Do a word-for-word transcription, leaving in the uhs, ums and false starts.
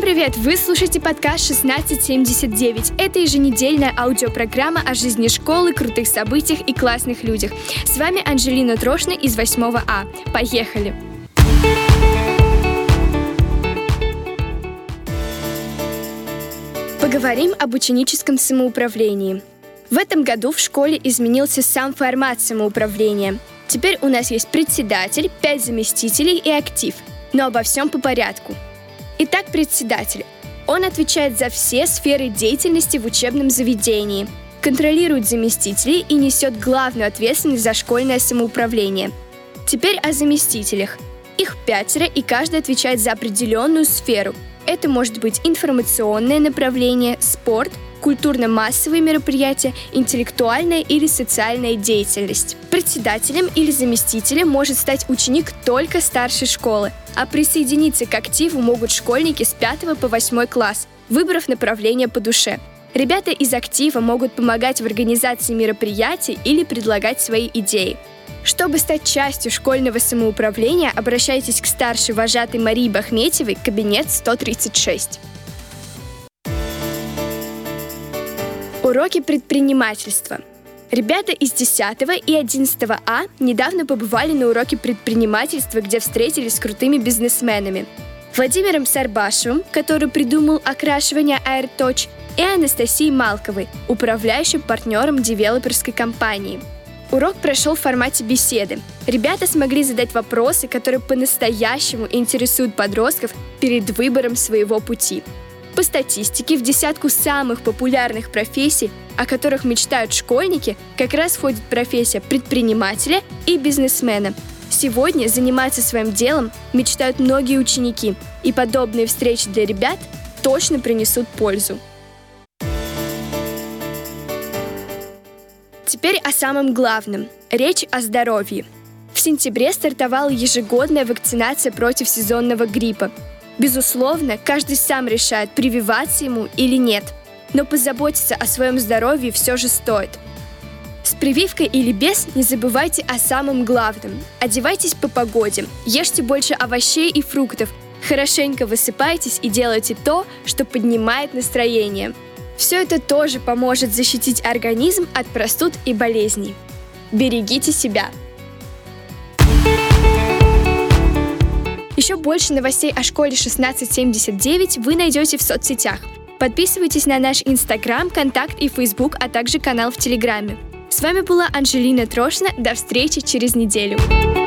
привет! Вы слушаете подкаст шестнадцать семьдесят девять. Это еженедельная аудиопрограмма о жизни школы, крутых событиях и классных людях. С вами Анжелина Трошна из восьмого А. Поехали! Поговорим об ученическом самоуправлении. В этом году в школе изменился сам формат самоуправления. Теперь у нас есть председатель, пять заместителей и актив. Но обо всем по порядку. Итак, председатель. Он отвечает за все сферы деятельности в учебном заведении, контролирует заместителей и несет главную ответственность за школьное самоуправление. Теперь о заместителях. Их пятеро, и каждый отвечает за определенную сферу. Это может быть информационное направление, спорт, культурно-массовые мероприятия, интеллектуальная или социальная деятельность. Председателем или заместителем может стать ученик только старшей школы, а присоединиться к активу могут школьники с пятого по восьмой класс, выбрав направление по душе. Ребята из актива могут помогать в организации мероприятий или предлагать свои идеи. Чтобы стать частью школьного самоуправления, обращайтесь к старшей вожатой Марии Бахметьевой, кабинет сто тридцать шесть. Уроки предпринимательства. Ребята из десятого и одиннадцатого А недавно побывали на уроке предпринимательства, где встретились с крутыми бизнесменами. Владимиром Сарбашевым, который придумал окрашивание AirTouch, и Анастасией Малковой, управляющим партнером девелоперской компании. Урок прошел в формате беседы. Ребята смогли задать вопросы, которые по-настоящему интересуют подростков перед выбором своего пути. По статистике, в десятку самых популярных профессий, о которых мечтают школьники, как раз входит профессия предпринимателя и бизнесмена. Сегодня заниматься своим делом мечтают многие ученики, и подобные встречи для ребят точно принесут пользу. Теперь о самом главном. Речь о здоровье. В сентябре стартовала ежегодная вакцинация против сезонного гриппа. Безусловно, каждый сам решает, прививаться ему или нет. Но позаботиться о своем здоровье все же стоит. С прививкой или без, не забывайте о самом главном. Одевайтесь по погоде, ешьте больше овощей и фруктов, хорошенько высыпайтесь и делайте то, что поднимает настроение. Все это тоже поможет защитить организм от простуд и болезней. Берегите себя! Еще больше новостей о школе шестнадцать семьдесят девять вы найдете в соцсетях. Подписывайтесь на наш Инстаграм, Контакт и Фейсбук, а также канал в Телеграме. С вами была Анжелина Трошна. До встречи через неделю.